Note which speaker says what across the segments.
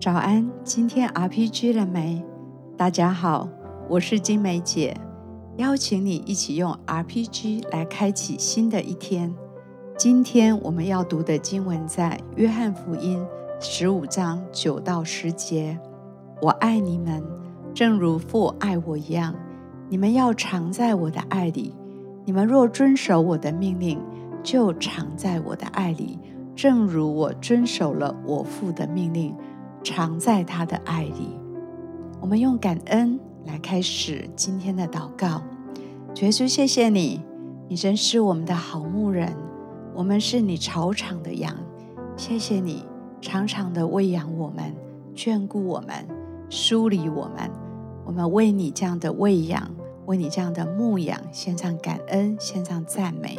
Speaker 1: 早安，今天 RPG 了没？大家好，我是金梅姐，邀请你一起用 RPG 来开启新的一天。今天我们要读的经文在约翰福音15章9到10节。我爱你们，正如父爱我一样，你们要常在我的爱里。你们若遵守我的命令，就常在我的爱里，正如我遵守了我父的命令，常在他的爱里。我们用感恩来开始今天的祷告。主耶稣，谢谢你，你真是我们的好牧人，我们是你草场的羊。谢谢你常常的喂养我们，眷顾我们，梳理我们。我们为你这样的喂养，为你这样的牧养献上感恩，献上赞美。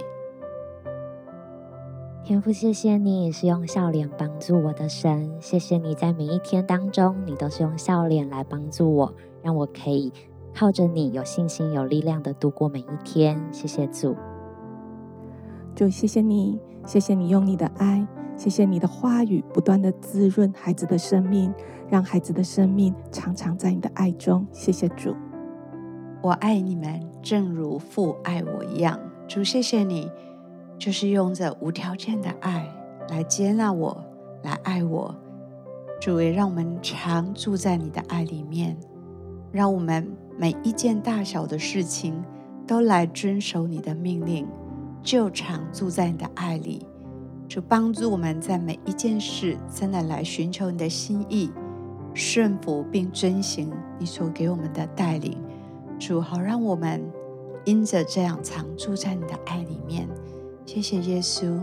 Speaker 2: 天父，谢谢你是用笑脸帮助我的神，谢谢你在每一天当中，你都是用笑脸来帮助我，让我可以靠着你有信心有力量的度过每一天。谢谢主。
Speaker 3: 主，谢谢你，谢谢你用你的爱，谢谢你的话语不断的滋润孩子的生命，让孩子的生命常常在你的爱中。谢谢主。
Speaker 1: 我爱你们，正如父爱我一样。主，谢谢你就是用着无条件的爱来接纳我，来爱我。主，也让我们常住在你的爱里面，让我们每一件大小的事情都来遵守你的命令，就常住在你的爱里。主，帮助我们在每一件事真的来寻求你的心意，顺服并遵行你所给我们的带领。主，好让我们因着这样常住在你的爱里面。谢谢耶稣。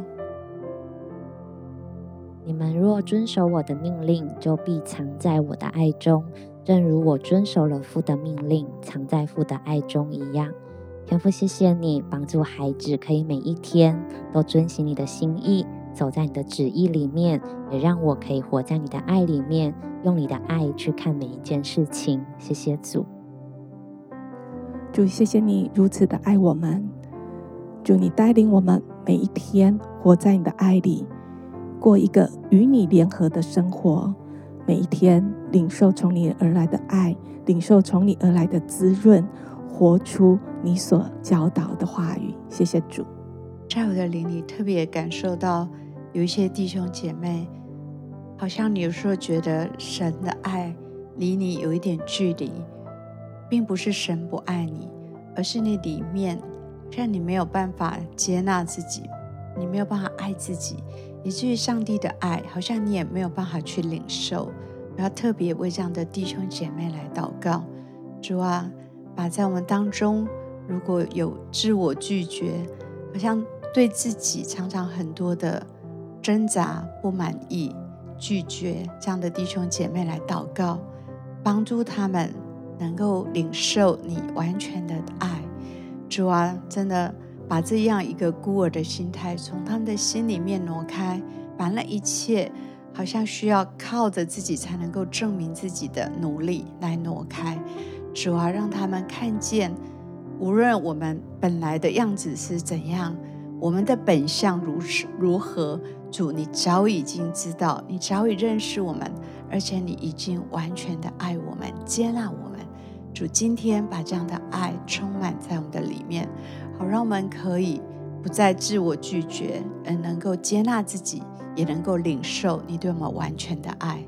Speaker 2: 你们若遵守我的命令，就必藏在我的爱中，正如我遵守了父的命令，藏在父的爱中一样。天父，谢谢你帮助孩子可以每一天都遵行你的心意，走在你的旨意里面，也让我可以活在你的爱里面，用你的爱去看每一件事情。谢谢主。
Speaker 3: 主，谢谢你如此的爱我们。主，你带领我们每一天活在你的爱里，过一个与你联合的生活，每一天领受从你而来的爱，领受从你而来的滋润，活出你所教导的话语。谢谢主。
Speaker 1: 在我的灵里特别感受到有一些弟兄姐妹，好像你有时候觉得神的爱离你有一点距离，并不是神不爱你，而是你里面让你没有办法接纳自己，你没有办法爱自己，以至于上帝的爱好像你也没有办法去领受。我要特别为这样的弟兄姐妹来祷告。主啊，把在我们当中如果有自我拒绝，好像对自己常常很多的挣扎、不满意、拒绝，这样的弟兄姐妹来祷告，帮助他们能够领受你完全的爱。主啊，真的把这样一个孤儿的心态从他们的心里面挪开，把那一切好像需要靠着自己才能够证明自己的努力来挪开。主啊，让他们看见无论我们本来的样子是怎样，我们的本相如何，主你早已经知道，你早已认识我们，而且你已经完全的爱我们，接纳我们。主，今天把这样的爱充满在我们的里面，好让我们可以不再自我拒绝，而能够接纳自己，也能够领受你对我们完全的爱。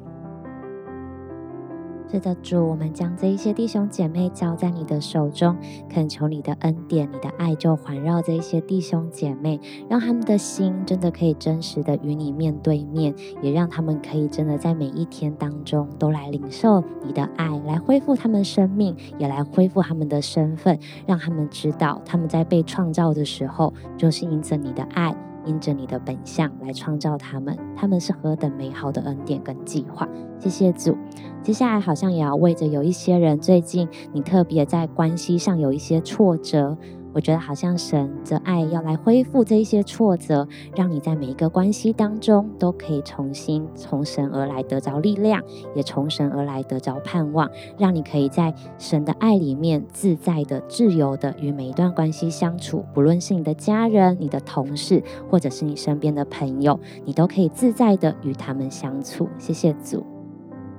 Speaker 2: 是的，主，我们将这一些弟兄姐妹交在你的手中，恳求你的恩典，你的爱就环绕这一些弟兄姐妹，让他们的心真的可以真实的与你面对面，也让他们可以真的在每一天当中都来领受你的爱，来恢复他们生命，也来恢复他们的身份，让他们知道他们在被创造的时候，就是因着你的爱，因着你的本相来创造他们是何等美好的恩典跟计划。谢谢主。接下来好像也要为着有一些人最近你特别在关系上有一些挫折，我觉得好像神的爱要来恢复这一些挫折，让你在每一个关系当中都可以重新从神而来得着力量，也从神而来得着盼望，让你可以在神的爱里面自在的自由的与每一段关系相处，不论是你的家人、你的同事，或者是你身边的朋友，你都可以自在的与他们相处。谢谢主。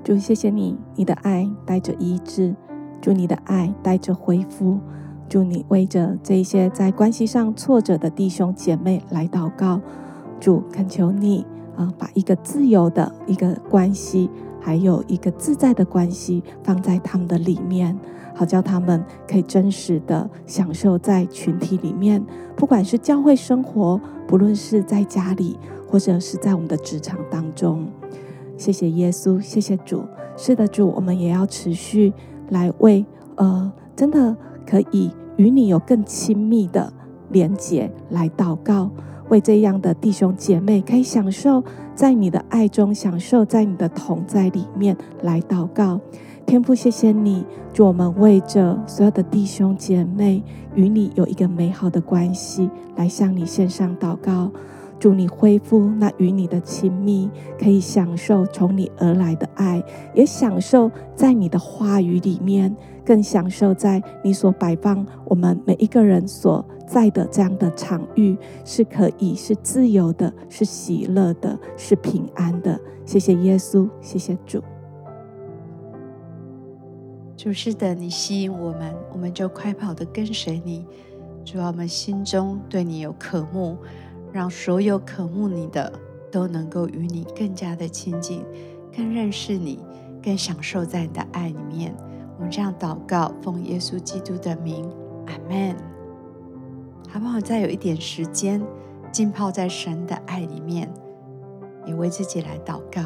Speaker 3: 主，谢谢你，你的爱带着医治，主，你的爱带着恢复，主，你为着这一些在关系上挫折的弟兄姐妹来祷告，主，恳求你把一个自由的一个关系，还有一个自在的关系放在他们的里面，好叫他们可以真实的享受在群体里面，不管是教会生活，不论是在家里，或者是在我们的职场当中。谢谢耶稣，谢谢主。是的，主，我们也要持续来为真的可以与你有更亲密的连结来祷告，为这样的弟兄姐妹可以享受在你的爱中，享受在你的同在里面来祷告。天父，谢谢你，主，我们为着所有的弟兄姐妹与你有一个美好的关系来向你献上祷告。主，你恢复那与你的亲密，可以享受从你而来的爱，也享受在你的话语里面，更享受在你所摆放我们每一个人所在的这样的场域，是可以是自由的，是喜乐的，是平安的。谢谢耶稣，谢谢主。
Speaker 1: 主，是的，你吸引我们，我们就快跑的跟随你。主啊，我们心中对你有渴慕，让所有渴慕你的都能够与你更加的亲近，更认识你，更享受在你的爱里面。我们这样祷告，奉耶稣基督的名，阿们。好不好？再有一点时间浸泡在神的爱里面，也为自己来祷告。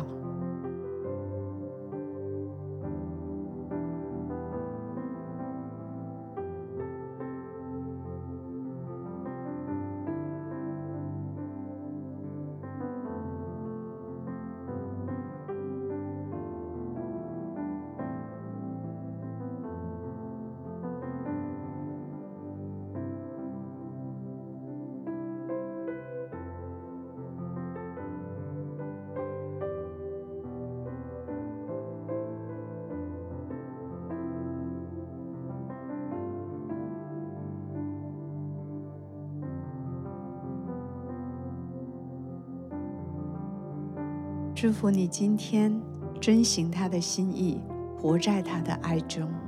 Speaker 1: 祝福你今天遵行他的心意，活在他的爱中。